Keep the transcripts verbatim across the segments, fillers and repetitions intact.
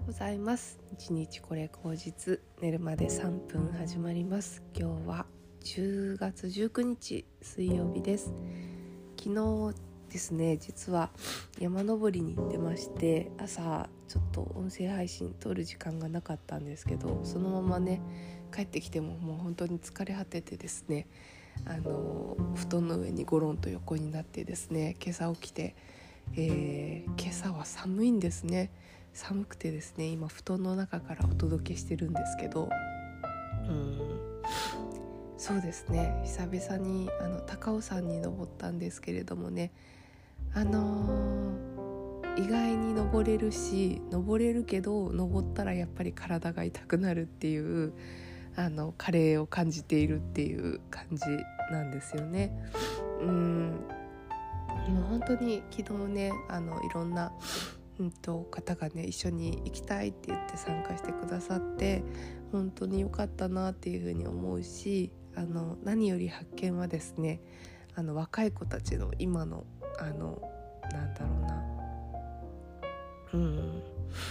ございます。一日これ口実、寝るまでさんぷん始まります。今日はじゅうがつじゅうくにち水曜日です。昨日ですね、実は山登りに行ってまして、朝ちょっと音声配信撮る時間がなかったんですけど、そのままね帰ってきてももう本当に疲れ果ててですね、あの布団の上にゴロンと横になってですね、今朝起きて、えー、今朝は寒いんですね。寒くてですね、今布団の中からお届けしてるんですけど、うーんそうですね、久々にあの高尾山に登ったんですけれどもね、あのー、意外に登れるし登れるけど、登ったらやっぱり体が痛くなるっていうあの加齢を感じているっていう感じなんですよね。うーんもう本当に昨日ね、あのいろんなうんと方がね一緒に行きたいって言って参加してくださって、本当に良かったなっていうふうに思うし、あの何より発見はですね、あの若い子たちの今のあのなんだろうなうん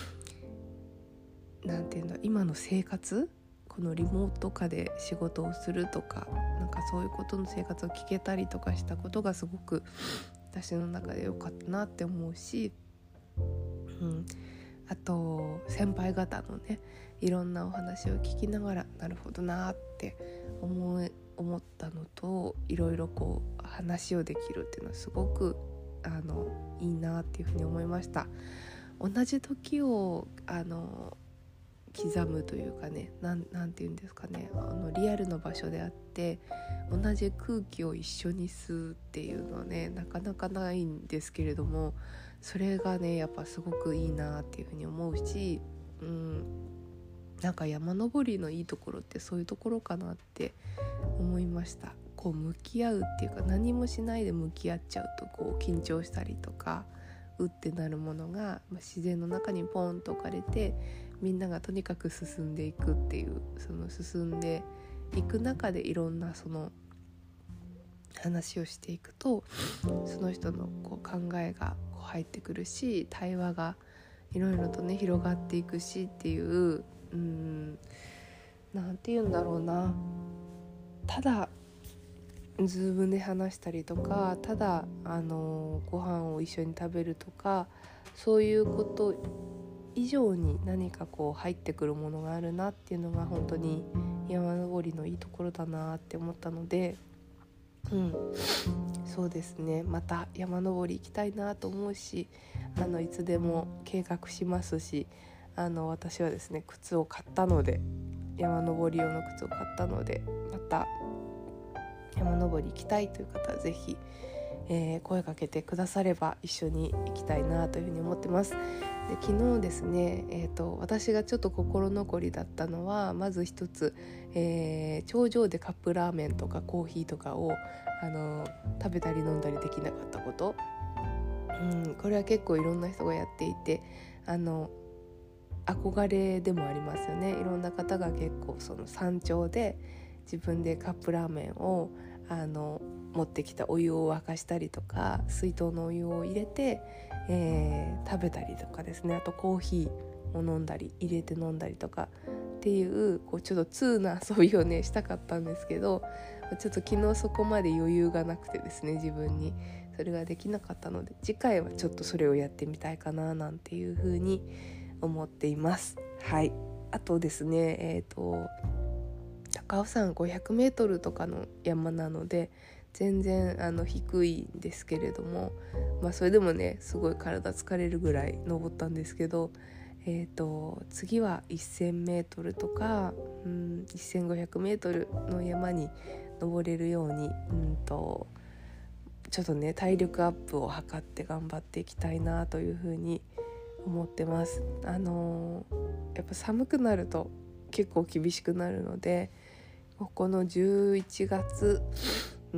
なんていうんだ今の生活、このリモート化で仕事をするとか、なんかそういうことの生活を聞けたりとかしたことがすごく私の中で良かったなって思うし、うん、あと先輩方のねいろんなお話を聞きながら、なるほどなって思い思ったのと、いろいろこう話をできるっていうのはすごくあのいいなっていうふうに思いました。同じ時をあの刻むというかね、なん、なんていうんですかね、あのリアルの場所であって同じ空気を一緒に吸うっていうのはねなかなかないんですけれども、それがねやっぱすごくいいなっていうふうに思うし、うん、なんか山登りのいいところってそういうところかなって思いました。こう向き合うっていうか、何もしないで向き合っちゃうとこう緊張したりとかうってなるものが、まあ、自然の中にポンと置かれて、みんながとにかく進んでいくっていう、その進んでいく中でいろんなその話をしていくと、その人のこう考えがこう入ってくるし、対話がいろいろとね広がっていくしっていう、うーんなんて言うんだろうな、ただズームで話したりとか、ただあのご飯を一緒に食べるとか、そういうこと以上に何かこう入ってくるものがあるなっていうのが本当に山登りのいいところだなって思ったので、うんそうですね、また山登り行きたいなと思うし、あのいつでも計画しますし、あの私はですね靴を買ったので、山登り用の靴を買ったので、また山登り行きたいという方はぜひ、えー、声かけてくだされば一緒に行きたいなというふうに思ってます。で昨日ですね、えーと、私がちょっと心残りだったのは、まず一つ、えー、頂上でカップラーメンとかコーヒーとかをあの食べたり飲んだりできなかったこと、うん、これは結構いろんな人がやっていて、あの憧れでもありますよね。いろんな方が結構その山頂で自分でカップラーメンをあの持ってきたお湯を沸かしたりとか、水筒のお湯を入れて、えー、食べたりとかですね、あとコーヒーを飲んだり入れて飲んだりとかっていう、こうちょっと通な遊びをねしたかったんですけど、ちょっと昨日そこまで余裕がなくてですね、自分にそれができなかったので、次回はちょっとそれをやってみたいかななんていう風に思っています。はい。あとですね、えっと高尾山ごひゃくメートルとかの山なので全然あの低いんですけれども、まあそれでもねすごい体疲れるぐらい登ったんですけど、えーと次はせんメートルとか、うん、せんごひゃくメートルの山に登れるように、うんとちょっとね体力アップを図って頑張っていきたいなというふうに思ってます。あのー、やっぱ寒くなると結構厳しくなるので、ここのじゅういちがつ、うん、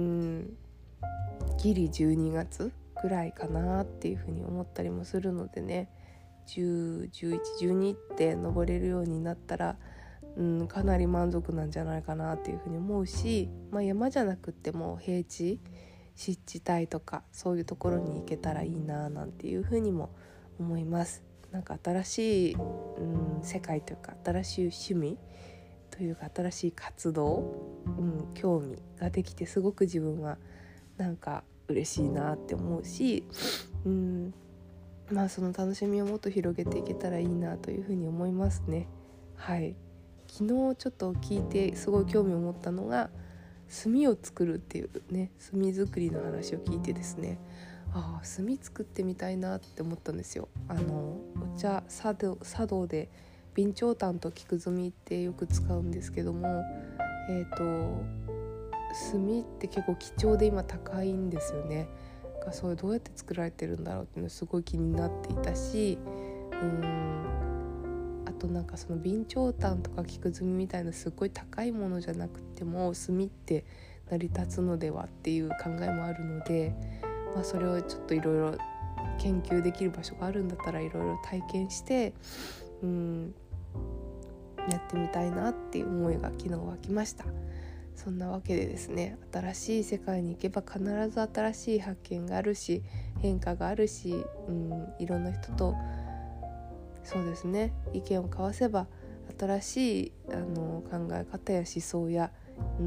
ギリじゅうにがつぐらいかなっていうふうに思ったりもするのでね、じゅう、じゅういち、じゅうにって登れるようになったら、うん、かなり満足なんじゃないかなっていうふうに思うし、まあ、山じゃなくっても平地湿地帯とかそういうところに行けたらいいななんていうふうにも思います。 なんか新しい、うん、世界というか新しい趣味というか新しい活動、うん、興味ができてすごく自分はなんか嬉しいなって思うし、うん、まあその楽しみをもっと広げていけたらいいなというふうに思いますね。はい。昨日ちょっと聞いてすごい興味を持ったのが炭を作るっていうね、炭作りの話を聞いてですね、ああ炭作ってみたいなって思ったんですよ。あのお茶茶道、茶道で備長炭と菊炭ってよく使うんですけども、えっと炭って結構貴重で今高いんですよね。がそれどうやって作られてるんだろうっていうのすごい気になっていたし、うーんあとなんかその備長炭とか菊炭みたいなすごい高いものじゃなくても炭って成り立つのではっていう考えもあるので、まあ、それをちょっといろいろ研究できる場所があるんだったらいろいろ体験してうんやってみたいなっていう思いが昨日湧きました。そんなわけでですね、新しい世界に行けば必ず新しい発見があるし変化があるし、うん、いろんな人とそうですね意見を交わせば新しいあの考え方や思想や、うん、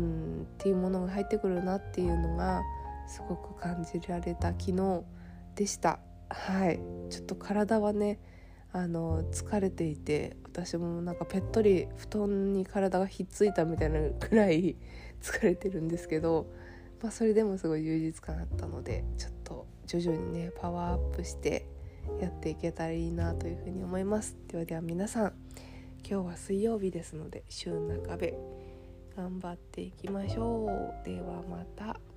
っていうものが入ってくるなっていうのがすごく感じられた昨日でした。はい、ちょっと体はねあの疲れていて、私もなんかぺっとり布団に体がひっついたみたいなくらい疲れてるんですけど、まあ、それでもすごい充実感あったのでちょっと徐々にねパワーアップしてやっていけたらいいなというふうに思います。ではでは皆さん、今日は水曜日ですので週中べ頑張っていきましょう。ではまた。